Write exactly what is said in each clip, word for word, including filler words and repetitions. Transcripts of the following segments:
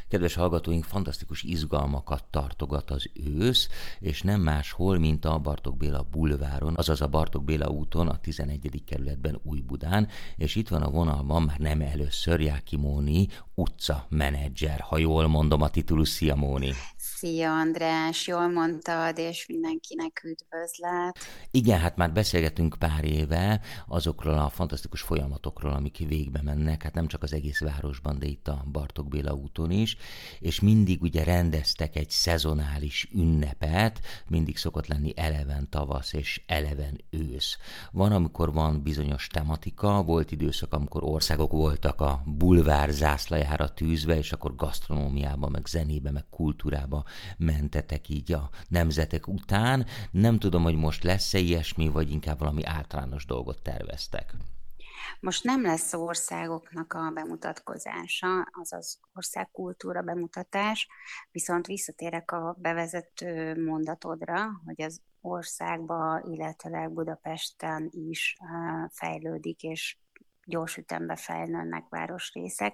Kedves hallgatóink, fantasztikus izgalmakat tartogat az ősz, és nem máshol, mint a Bartók Béla bulváron, azaz a Bartók Béla úton, a tizenegyedik kerületben Újbudán, és itt van a vonalban már nem először Jáki Móni, utca menedzser, ha jól mondom a titulus. Szia, Móni! Szia, András, jól mondtad, és mindenkinek üdvözlet. Igen, hát már beszélgetünk pár éve azokról a fantasztikus folyamatokról, amik végbe mennek, hát nem csak az egész városban, de itt a Bartók Béla úton is, és mindig ugye rendeztek egy szezonális ünnepet, mindig szokott lenni eleven tavasz és eleven ősz. Van, amikor van bizonyos tematika, volt időszak, amikor országok voltak a bulvár zászlajára tűzve, és akkor gasztronómiába, meg zenébe, meg kultúrába mentetek így a nemzetek után. Nem tudom, hogy most lesz-e ilyesmi, vagy inkább valami általános dolgot terveztek. Most nem lesz országoknak a bemutatkozása, azaz országkultúra bemutatás, viszont visszatérek a bevezető mondatodra, hogy az országba, illetve Budapesten is fejlődik, és gyors ütembe fejlődnek városrészek.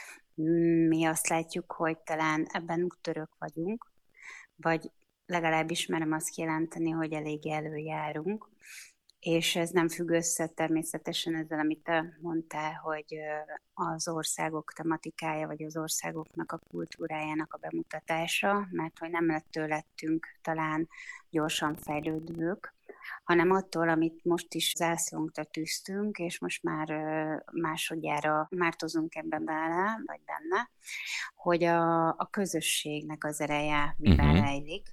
Mi azt látjuk, hogy talán ebben úttörők vagyunk, vagy legalábbis merem azt kijelenteni, hogy elég előjárunk, és ez nem függ össze természetesen ezzel, amit te mondtál, hogy az országok tematikája, vagy az országoknak a kultúrájának a bemutatása, mert hogy nem lettől lettünk talán gyorsan fejlődők, hanem attól, amit most is zászlónkra tűztünk, és most már másodjára mártozunk ebben bele, vagy benne, hogy a, a közösségnek az ereje miben uh-huh. rejlik,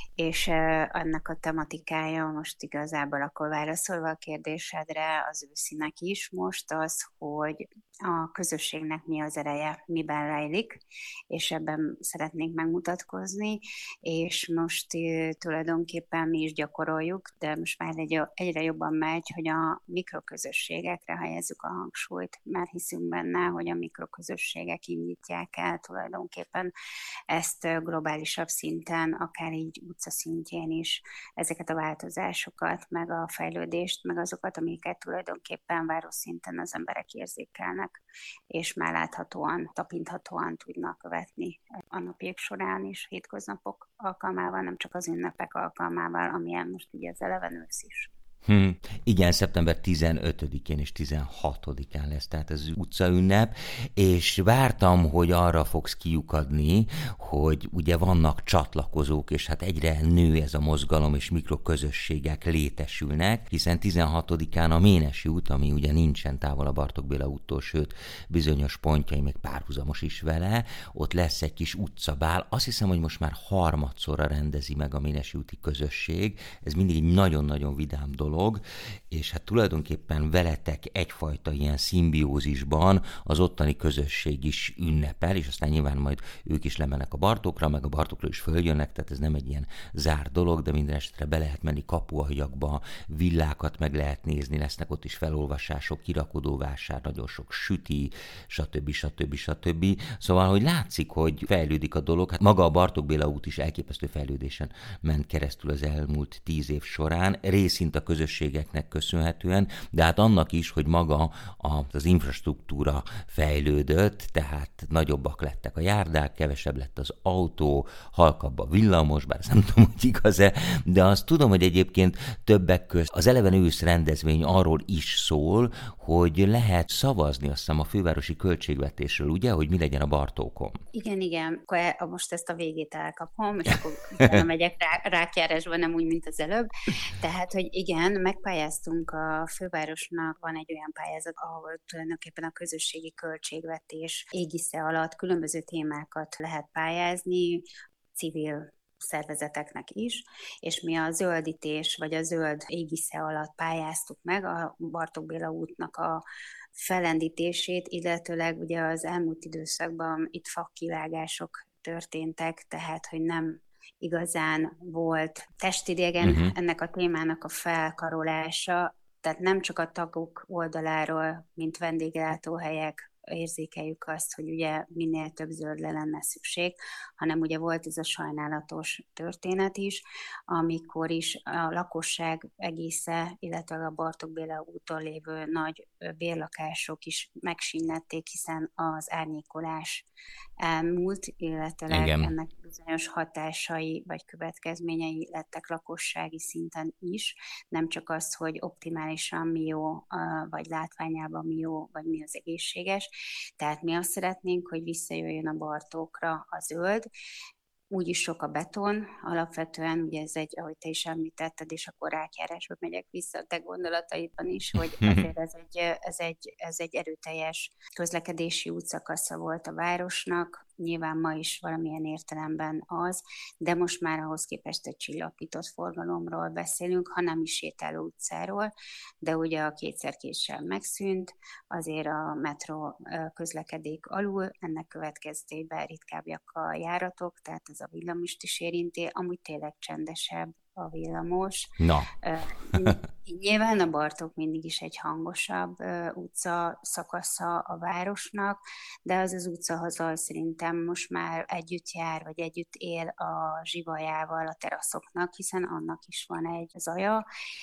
és ennek a tematikája most igazából akkor válaszolva a kérdésedre az őszinek is most az, hogy a közösségnek mi az ereje, miben rejlik, és ebben szeretnénk megmutatkozni, és most tulajdonképpen mi is gyakoroljuk, de most már egy, egyre jobban megy, hogy a mikroközösségekre helyezzük a hangsúlyt, mert hiszünk benne, hogy a mikroközösségek indítják el tulajdonképpen ezt globálisabb szinten, akár így utca szintjén is ezeket a változásokat, meg a fejlődést, meg azokat, amiket tulajdonképpen városszinten az emberek érzékelnek, és már láthatóan, tapinthatóan tudnak követni a napjék során is, hétköznapok alkalmával, nem csak az ünnepek alkalmával, amilyen most ugye az eleven ősz is. Hmm. Igen, szeptember tizenötödikén és tizenhatodikán lesz, tehát ez utcaünnep, és vártam, hogy arra fogsz kiukadni, hogy ugye vannak csatlakozók, és hát egyre nő ez a mozgalom, és mikroközösségek létesülnek, hiszen tizenhatodikán a Ménesi út, ami ugye nincsen távol a Bartók Béla úttól, sőt bizonyos pontjai még párhuzamos is vele, ott lesz egy kis utcabál. Azt hiszem, hogy most már harmadszorra rendezi meg a Ménesi úti közösség, ez mindig egy nagyon-nagyon vidám dolog, és hát tulajdonképpen veletek egyfajta ilyen szimbiózisban az ottani közösség is ünnepel, és aztán nyilván majd ők is lemennek a Bartókra, meg a Bartókra is följönnek, tehát ez nem egy ilyen zárt dolog, de minden esetre be lehet menni kapuajakba, villákat meg lehet nézni, lesznek ott is felolvasások, kirakodóvásár, nagyon sok süti, stb. stb. stb. Szóval, hogy látszik, hogy fejlődik a dolog, hát maga a Bartók Béla út is elképesztő fejlődésen ment keresztül az elmúlt tíz év során, részint a közösségeknek köszönhetően, de hát annak is, hogy maga az infrastruktúra fejlődött, tehát nagyobbak lettek a járdák, kevesebb lett az autó, halkabb a villamos, bár ezt nem tudom, hogy igaz-e, de azt tudom, hogy egyébként többek közt az eleven ősz rendezvény arról is szól, hogy lehet szavazni, azt hiszem, a fővárosi költségvetésről, ugye, hogy mi legyen a Bartókon. Igen, igen, akkor most ezt a végét elkapom, és akkor megyek rá, rákjárásba, nem úgy, mint az előbb. Tehát, hogy igen, megpályáztunk a fővárosnak, van egy olyan pályázat, ahol tulajdonképpen a közösségi költségvetés égisze alatt különböző témákat lehet pályázni, civil szervezeteknek is, és mi a zöldítés, vagy a zöld égisze alatt pályáztuk meg a Bartók Béla útnak a fellendítését, illetőleg ugye az elmúlt időszakban itt fakkivágások történtek, tehát, hogy nem igazán volt testidegen uh-huh. ennek a témának a felkarolása, tehát nem csak a tagok oldaláról, mint vendéglátóhelyek érzékeljük azt, hogy ugye minél több zöldre lenne szükség, hanem ugye volt ez a sajnálatos történet is, amikor is a lakosság egésze, illetve a Bartók Béla úton lévő nagy bérlakások is megsinnették, hiszen az árnyékolás elmúlt, illetve Igen. ennek bizonyos hatásai vagy következményei lettek lakossági szinten is, nem csak az, hogy optimálisan mi jó, vagy látványában mi jó, vagy mi az egészséges. Tehát mi azt szeretnénk, hogy visszajöjjön a Bartókra a zöld, úgyis sok a beton, alapvetően ugye ez egy, ahogy te is említetted, és akkor rákjárásba megyek vissza a te gondolataidban is, hogy azért ez egy, ez egy, ez egy erőteljes közlekedési útszakasza volt a városnak, nyilván ma is valamilyen értelemben az, de most már ahhoz képest egy csillapított forgalomról beszélünk, ha nem is sétáló utcáról, de ugye a kétszer-kétsel megszűnt, azért a metró közlekedik alul, ennek következtében ritkábbak a járatok, tehát ez a villamist is érinti, amúgy tényleg csendesebb a villamos. Na. Nyilván a Bartók mindig is egy hangosabb utca szakasza a városnak, de az az utcahazal szerintem most már együtt jár, vagy együtt él a zsivajával, a teraszoknak, hiszen annak is van egy zaja,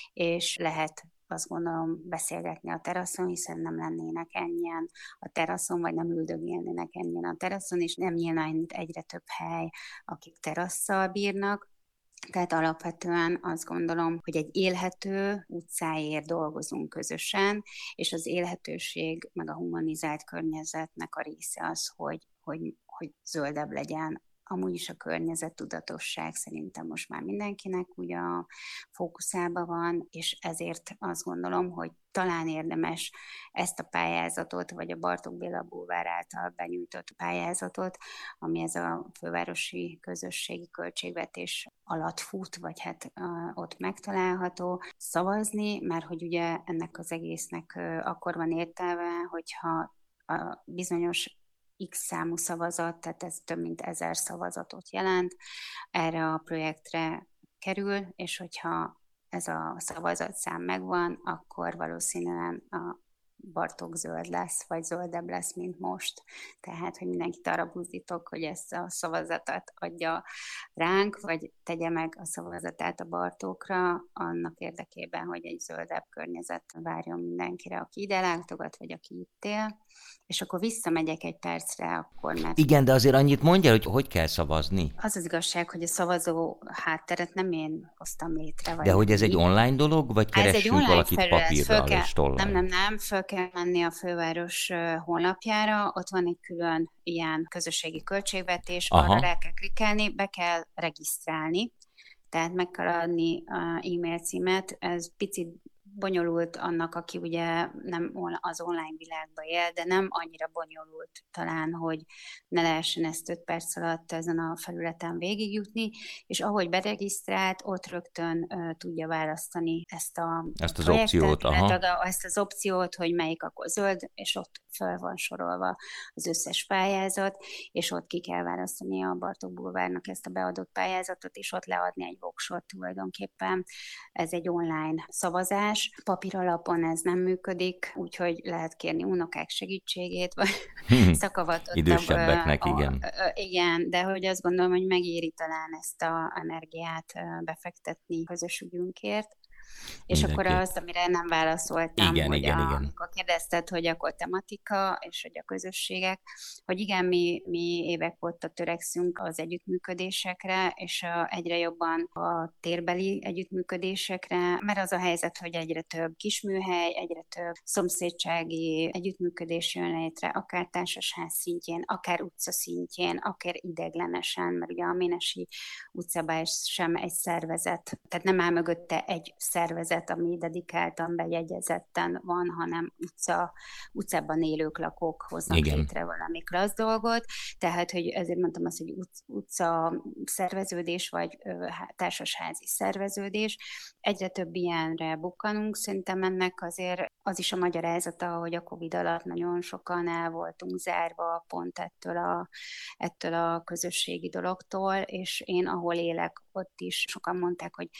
és lehet azt gondolom beszélgetni a teraszon, hiszen nem lennének ennyien a teraszon, vagy nem üldögélnének ennyien a teraszon, és nem nyilván egyre több hely, akik terasszal bírnak. Tehát alapvetően azt gondolom, hogy egy élhető utcáért dolgozunk közösen, és az élhetőség meg a humanizált környezetnek a része az, hogy, hogy, hogy zöldebb legyen. Amúgy is a környezettudatosság szerintem most már mindenkinek ugye a fókuszában van, és ezért azt gondolom, hogy talán érdemes ezt a pályázatot, vagy a Bartók Béla Bulvár által benyújtott pályázatot, ami ez a fővárosi közösségi költségvetés alatt fut, vagy hát uh, ott megtalálható, szavazni, mert hogy ugye ennek az egésznek uh, akkor van értelme, hogyha a bizonyos X számú szavazat, tehát ez több mint ezer szavazatot jelent, erre a projektre kerül, és hogyha ez a szavazatszám megvan, akkor valószínűleg a Bartók zöld lesz, vagy zöldebb lesz, mint most. Tehát, hogy mindenkit arra buzdítok, hogy ezt a szavazatot adja ránk, vagy tegye meg a szavazatát a Bartókra, annak érdekében, hogy egy zöldebb környezet várjon mindenkire, aki ide látogat, vagy aki itt él. És akkor visszamegyek egy percre akkor, mert... Igen, de azért annyit mondja, hogy hogy kell szavazni. Az az igazság, hogy a szavazó hátteret nem én hoztam létre. Vagy de hogy ez egy online dolog, vagy keressünk valakit papírral és tollal? Nem, nem, nem, föl kell menni a főváros honlapjára, ott van egy külön ilyen közösségi költségvetés, Aha. arra rá kell klikkelni, be kell regisztrálni, tehát meg kell adni e-mail címet, ez picit bonyolult annak, aki ugye nem az online világban él, de nem annyira bonyolult talán, hogy ne lehessen ezt öt perc alatt ezen a felületen végigjutni, és ahogy beregisztrált, ott rögtön uh, tudja választani ezt, a, ezt a az opciót, aha. ezt az opciót, hogy melyik akkor zöld, és ott fel van sorolva az összes pályázat, és ott ki kell választani a Bartók Bulvárnak ezt a beadott pályázatot, és ott leadni egy voksot tulajdonképpen. Ez egy online szavazás, papír alapon ez nem működik, úgyhogy lehet kérni unokák segítségét, vagy szakavatottabb. Idősebbeknek, igen. A, a, igen, de hogy azt gondolom, hogy megéri talán ezt az energiát befektetni közös ügyünkért. És Mindenki. Akkor az, amire nem válaszoltam, igen, hogy igen, a, igen. amikor kérdezted, hogy akkor tematika, és hogy a közösségek, hogy igen, mi, mi évek óta törekszünk az együttműködésekre, és a, egyre jobban a térbeli együttműködésekre, mert az a helyzet, hogy egyre több kisműhely, egyre több szomszédsági együttműködés jön létre, akár társasház szintjén, akár utca szintjén, akár ideglenesen, mert ugye a Ménesi utcában sem egy szervezet, tehát nem áll mögötte egy szervezet, ami dedikáltan bejegyezetten van, hanem utca, utcában élők, lakók hoznak Igen. létre valami klassz dolgot. Tehát, hogy ezért mondtam azt, hogy utca szerveződés, vagy társasházi szerveződés. Egyre több ilyenre bukkanunk. Szerintem ennek azért az is a magyarázata, hogy a Covid alatt nagyon sokan el voltunk zárva pont ettől a, ettől a közösségi dologtól, és én, ahol élek, ott is sokan mondták, hogy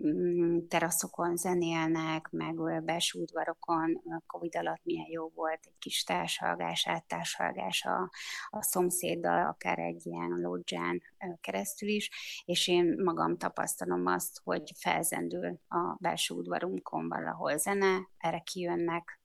teraszokon zenélnek, meg belső udvarokon, Covid alatt milyen jó volt egy kis társalgás, áttársalgás a, a szomszéddal, akár egy ilyen lodzsán keresztül is, és én magam tapasztalom azt, hogy felzendül a belső udvarunkon valahol zene, erre kijönnek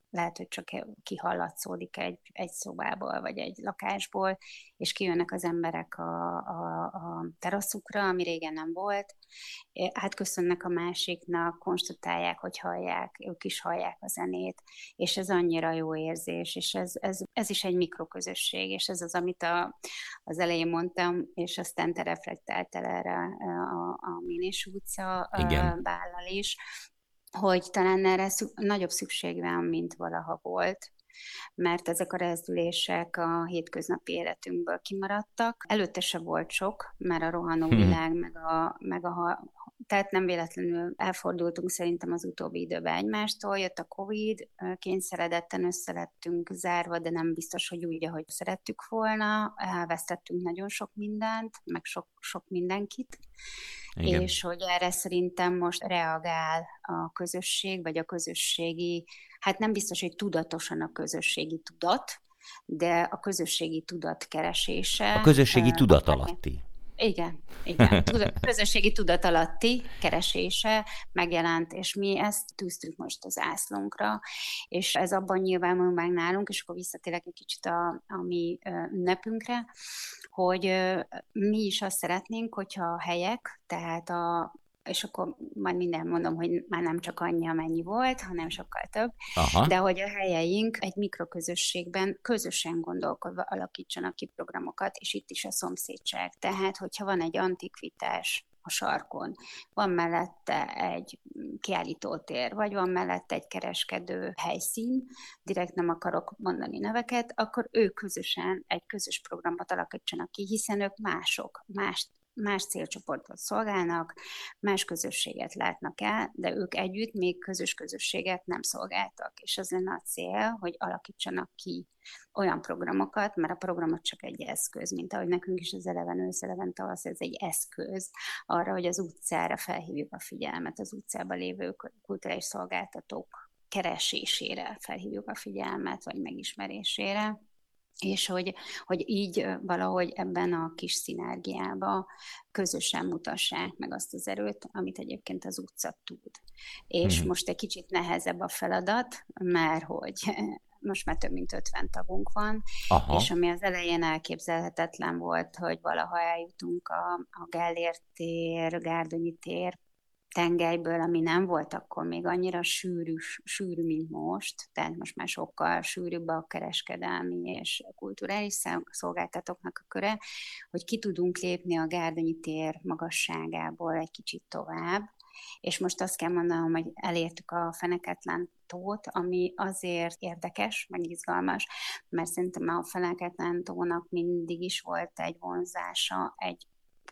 lehet, hogy csak kihallatszódik egy, egy szobából, vagy egy lakásból, és kijönnek az emberek a, a, a teraszukra, ami régen nem volt, átköszönnek a másiknak, konstatálják, hogy hallják, ők is hallják a zenét, és ez annyira jó érzés, és ez, ez, ez is egy mikroközösség, és ez az, amit a, az elején mondtam, és aztán te reflektáltál erre a, a Ménés utca bállal is, hogy talán erre szü- nagyobb szükség van, mint valaha volt, mert ezek a rezdülések a hétköznapi életünkből kimaradtak. Előtte se volt sok, mert a rohanó világ, meg a, meg a tehát nem véletlenül elfordultunk szerintem az utóbbi időben egymástól, jött a Covid, kényszeredetten összelettünk zárva, de nem biztos, hogy úgy, ahogy szerettük volna, elvesztettünk nagyon sok mindent, meg sok, sok mindenkit. Igen. És hogy erre szerintem most reagál a közösség, vagy a közösségi, hát nem biztos, hogy tudatosan a közösségi tudat, de a közösségi tudat keresése. A közösségi uh, tudat alatti. Igen, igen. Tudat, közösségi tudat alatti keresése megjelent, és mi ezt tűztük most az ászlónkra, és ez abban nyilvánul meg nálunk, és akkor visszatérek egy kicsit a, a mi ünnepünkre, hogy mi is azt szeretnénk, hogyha a helyek, tehát a és akkor majd minden mondom, hogy már nem csak annyi, amennyi volt, hanem sokkal több, aha, de hogy a helyeink egy mikroközösségben közösen gondolkodva alakítsanak ki programokat, és itt is a szomszédság. Tehát, hogyha van egy antikvitás a sarkon, van mellette egy kiállítótér, vagy van mellette egy kereskedő helyszín, direkt nem akarok mondani neveket, akkor ők közösen egy közös programot alakítsanak ki, hiszen ők mások, más más célcsoportot szolgálnak, más közösséget látnak el, de ők együtt még közös közösséget nem szolgáltak. És az lenne a cél, hogy alakítsanak ki olyan programokat, mert a programot csak egy eszköz, mint ahogy nekünk is az eleven ősz, eleven tavasz, ez egy eszköz arra, hogy az utcára felhívjuk a figyelmet, az utcában lévő kulturális szolgáltatók keresésére felhívjuk a figyelmet, vagy megismerésére. És hogy, hogy így valahogy ebben a kis szinergiában közösen mutassák meg azt az erőt, amit egyébként az utca tud. És hmm. most egy kicsit nehezebb a feladat, mert hogy most már több mint ötven tagunk van, aha, és ami az elején elképzelhetetlen volt, hogy valaha eljutunk a, a Gellért tér, Gárdonyi tér tengelyből, ami nem volt akkor még annyira sűrű, sűrű, mint most, tehát most már sokkal sűrűbb a kereskedelmi és kulturális szolgáltatóknak a köre, hogy ki tudunk lépni a Gárdonyi tér magasságából egy kicsit tovább, és most azt kell mondanom, hogy elértük a Feneketlen tót, ami azért érdekes, meg izgalmas, mert szerintem a Feneketlen tónak mindig is volt egy vonzása, egy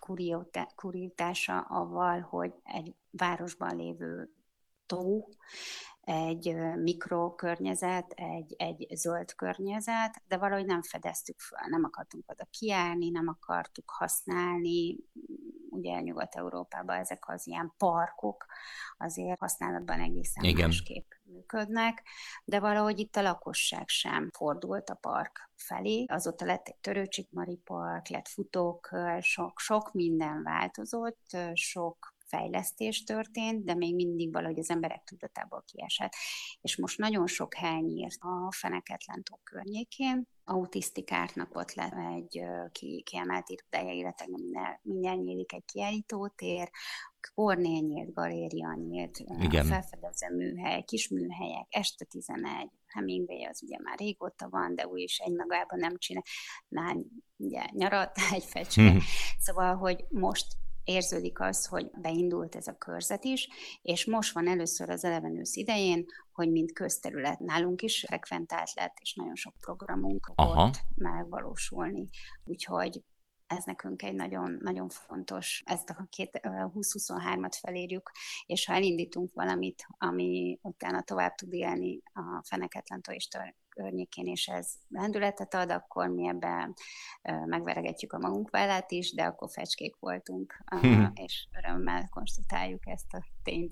kuriótása avval, hogy egy városban lévő tó, egy mikrokörnyezet, egy, egy zöld környezet, de valahogy nem fedeztük fel, nem akartunk oda kiállni, nem akartuk használni. Ugye Nyugat-Európában ezek az ilyen parkok azért használatban egészen igen, másképp működnek, de valahogy itt a lakosság sem fordult a park felé. Azóta lett egy Törőcsikmari park, lett futókör, sok, sok minden változott, sok fejlesztés történt, de még mindig valahogy az emberek tudatából kiesett. És most nagyon sok hely nyílt a Feneketlen tó környékén. Autisztikártnak ott lett egy ki, kiemelt irodája, illetve minden, minden nyílik egy kiállítótér, Kornél nyílt, galéria nyílt, felfedező műhely, kis műhelyek, este tizenegy, Hemingway az ugye már régóta van, de úgy is egy magában nem csinál, na, ugye nyarat, egy fecske. Hmm. Szóval, hogy most érződik az, hogy beindult ez a körzet is, és most van először az eleven ősz idején, hogy mint közterület nálunk is frekventált lett, és nagyon sok programunk volt megvalósulni. Úgyhogy ez nekünk egy nagyon, nagyon fontos, ezt a húsz-huszonhármat felérjük, és ha elindítunk valamit, ami utána tovább tud élni a Feneketlen tó és környékén, és ez lendületet ad, akkor mi ebben megveregetjük a magunk vállát is, de akkor fecskék voltunk, hmm. és örömmel konstatáljuk ezt a tényt.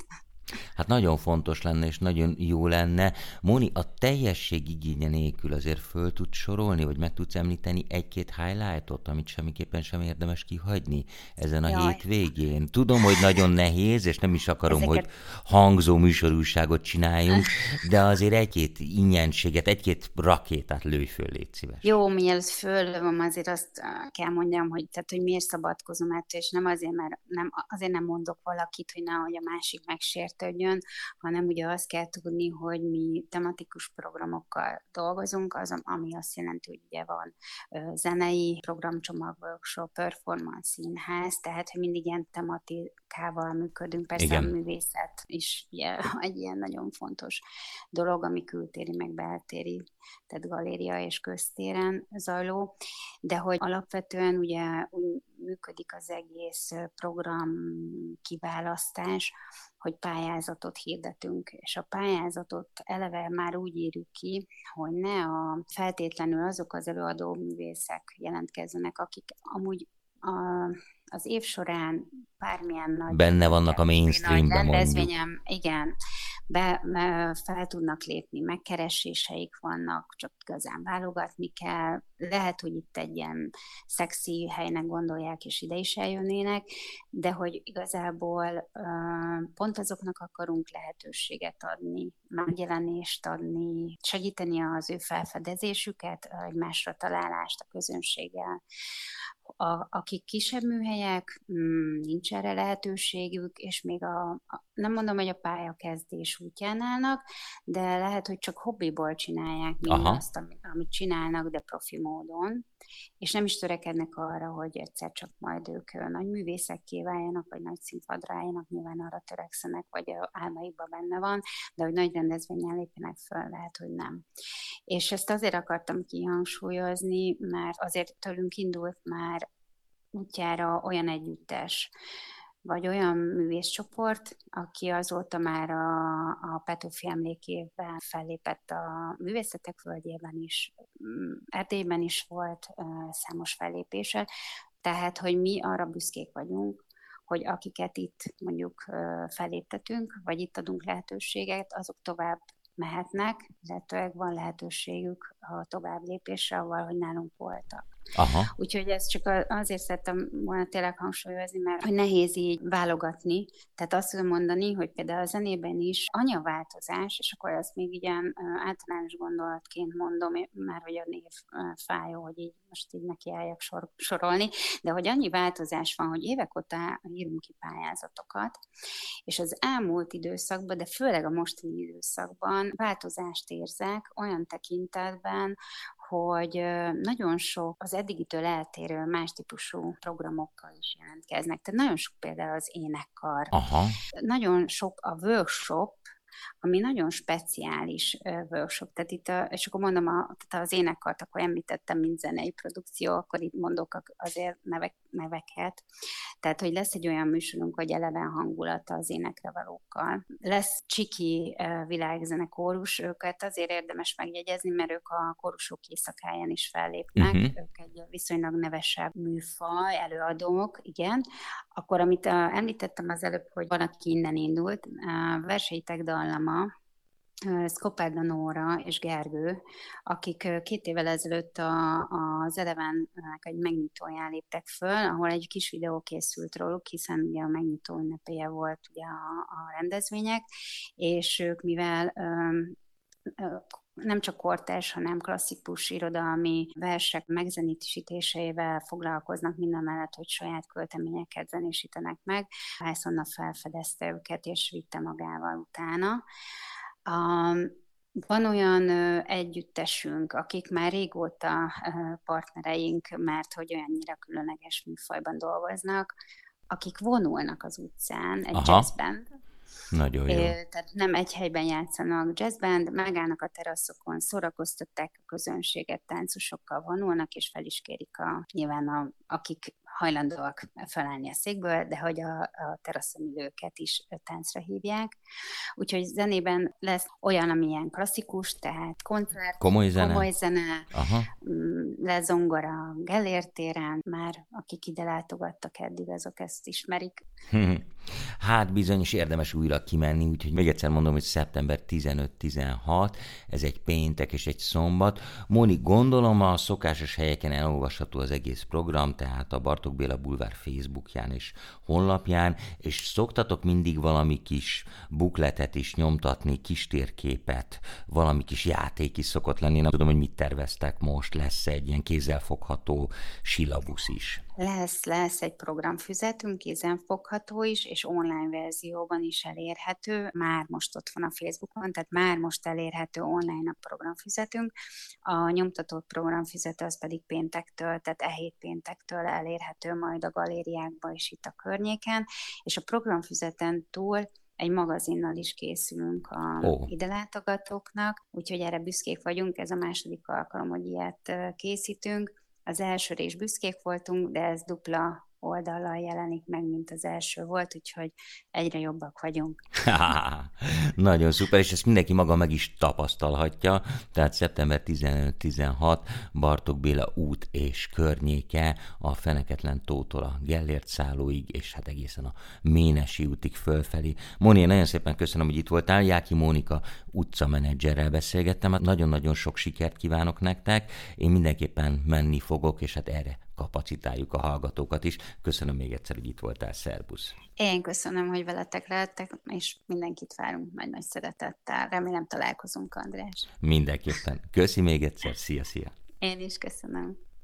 Hát nagyon fontos lenne, és nagyon jó lenne. Móni, a teljesség igénye nélkül azért föl tudsz sorolni, vagy meg tudsz említeni egy-két highlightot, amit semmiképpen sem érdemes kihagyni ezen a Jaj, hétvégén? Tudom, hogy nagyon nehéz, és nem is akarom, hogy ezeket hangzó műsorúságot csináljunk, de azért egy-két ingyenséget, egy-két rakétát lőj föl, légy szíves. jó, mielőtt föllövöm, azért azt uh, kell mondjam, hogy, tehát, hogy miért szabadkozom ettől, és nem azért, mert nem, azért nem mondok valakit, hogy nehogy a másik megsértődjön, hanem ugye azt kell tudni, hogy mi tematikus programokkal dolgozunk, az, ami azt jelenti, hogy ugye van uh, zenei programcsomag, workshop, performance, színház, tehát, hogy mindig ilyen tematikával működünk. Persze Igen. a művészet is ugye, egy ilyen nagyon fontos dolog, ami kültéri, meg beltéri, tehát galéria és köztéren zajló, de hogy alapvetően ugye úgy működik az egész program kiválasztás, hogy pályázatot hirdetünk, és a pályázatot eleve már úgy írjuk ki, hogy ne a feltétlenül azok az előadó művészek jelentkezzenek, akik amúgy a, az év során bármilyen nagy Benne vannak a nagy mainstreamben, mondjuk. rendezvényem, igen, be, be, fel tudnak lépni, megkereséseik vannak, csak igazán válogatni kell. Lehet, hogy itt egy ilyen szexi helynek gondolják, és ide is eljönnének, de hogy igazából uh, pont azoknak akarunk lehetőséget adni, megjelenést adni, segíteni az ő felfedezésüket, egymásra találást a közönséggel. A, akik kisebb műhelyek, nincs erre lehetőségük, és még a, a, nem mondom, hogy a pályakezdés útján állnak, de lehet, hogy csak hobbiból csinálják mindazt, amit, amit csinálnak, de profi módon, és nem is törekednek arra, hogy egyszer csak majd ők nagy művészekké váljanak, vagy nagy színpadra álljanak, nyilván arra törekszenek, vagy álmaikban benne van, de hogy nagy rendezvényen lépjenek föl, lehet, hogy nem. És ezt azért akartam kihangsúlyozni, mert azért tőlünk indult már útjára olyan együttes, vagy olyan művészcsoport, aki azóta már a, a Petőfi emlékével fellépett a Művészetek Völgyében is, Erdélyben is volt számos fellépése, tehát, hogy mi arra büszkék vagyunk, hogy akiket itt mondjuk felléptetünk, vagy itt adunk lehetőséget, azok tovább mehetnek, illetőleg van lehetőségük a tovább lépésre, avval, hogy nálunk voltak. Aha. Úgyhogy ezt csak azért szerettem volna tényleg hangsúlyozni, mert hogy nehéz így válogatni. Tehát azt tudom mondani, hogy például a zenében is annyi a változás, és akkor ezt még ilyen általános gondolatként mondom, már hogy a név fájó, hogy így most így nekiálljak sor, sorolni, de hogy annyi változás van, hogy évek óta írunk ki pályázatokat, és az elmúlt időszakban, de főleg a mostani időszakban változást érzek olyan tekintetben, hogy nagyon sok az eddigitől eltérő más típusú programokkal is jelentkeznek. Tehát nagyon sok például az énekkar. Aha. Nagyon sok a workshop, ami nagyon speciális workshop. Tehát itt, a, és akkor mondom, a, tehát az énekkart, akkor említettem, mint zenei produkció, akkor itt mondok azért nevek, neveket. Tehát, hogy lesz egy olyan műsorunk, hogy eleven hangulata az énekre valókkal. Lesz Csiki világzene kórus, őket azért érdemes megjegyezni, mert ők a kórusok éjszakáján is fellépnek. Uh-huh. Ők egy viszonylag nevesebb műfaj, előadók, igen. Akkor, amit említettem az előbb, hogy van, aki innen indult, Verseitek dallama, Szkopárda Nóra és Gergő, akik két évvel ezelőtt a, az Elevennek egy megnyitóján léptek föl, ahol egy kis videó készült róluk, hiszen ugye a megnyitó ünnepéje volt ugye a, a rendezvények, és ők mivel öm, ö, nem csak kortárs, hanem klasszikus irodalmi versek megzenítésítésével foglalkoznak minden mellett, hogy saját költeményeket zenésítenek meg. Vászonna felfedezte őket, és vitte magával utána. Um, van olyan uh, együttesünk, akik már régóta uh, partnereink, mert hogy olyannyira különleges műfajban dolgoznak, akik vonulnak az utcán, egy Aha. jazzband. Nagyon jó. É, tehát nem egy helyben játszanak jazzband, megállnak a teraszokon, szórakoztatták a közönséget, táncosokkal vonulnak, és fel is kérik a, nyilván a, akik hajlandóak felállni a székből, de hogy a, a teraszon ülőket is táncra hívják. Úgyhogy zenében lesz olyan, ami ilyen klasszikus, tehát koncert, komoly zene, komoly zene Aha. lesz zongora Gellért téren, már akik ide látogattak eddig, azok ezt ismerik. Hát bizony, és érdemes újra kimenni, úgyhogy még egyszer mondom, hogy szeptember tizenöt-tizenhat, ez egy péntek és egy szombat. Móni, gondolom a szokásos helyeken elolvasható az egész program, tehát a Bartók Béla Bulvár Facebookján és honlapján, és szoktatok mindig valami kis bukletet is nyomtatni, kis térképet, valami kis játék is szokott lenni. Nem tudom, hogy mit terveztek most, lesz egy ilyen kézzelfogható silabusz is. Lesz, lesz egy programfüzetünk, kézenfogható is, és online verzióban is elérhető. Már most ott van a Facebookon, tehát már most elérhető online a programfüzetünk. A nyomtatott programfüzet az pedig péntektől, tehát e hét péntektől elérhető majd a galériákban és itt a környéken, és a programfüzeten túl egy magazinnal is készülünk a oh. ide látogatóknak, úgyhogy erre büszkék vagyunk, ez a második alkalom, hogy ilyet készítünk. Az elsőre is büszkék voltunk, de ez dupla oldallal jelenik meg, mint az első volt, úgyhogy egyre jobbak vagyunk. Nagyon szuper, és ezt mindenki maga meg is tapasztalhatja, tehát szeptember tizenöt-tizenhat Bartók Béla út és környéke, a Feneketlen tótól a Gellért szállóig, és hát egészen a Ménesi útig fölfelé. Móni, nagyon szépen köszönöm, hogy itt voltál, Jáki Mónika utcamenedzserrel beszélgettem, nagyon-nagyon sok sikert kívánok nektek, én mindenképpen menni fogok, és hát erre kapacitáljuk a hallgatókat is. Köszönöm még egyszer, hogy itt voltál, szerbusz! Én köszönöm, hogy veletek lehettek, és mindenkit várunk nagy-nagy szeretettel. Remélem találkozunk, András. Mindenképpen. Köszi még egyszer, szia-szia! Én is köszönöm.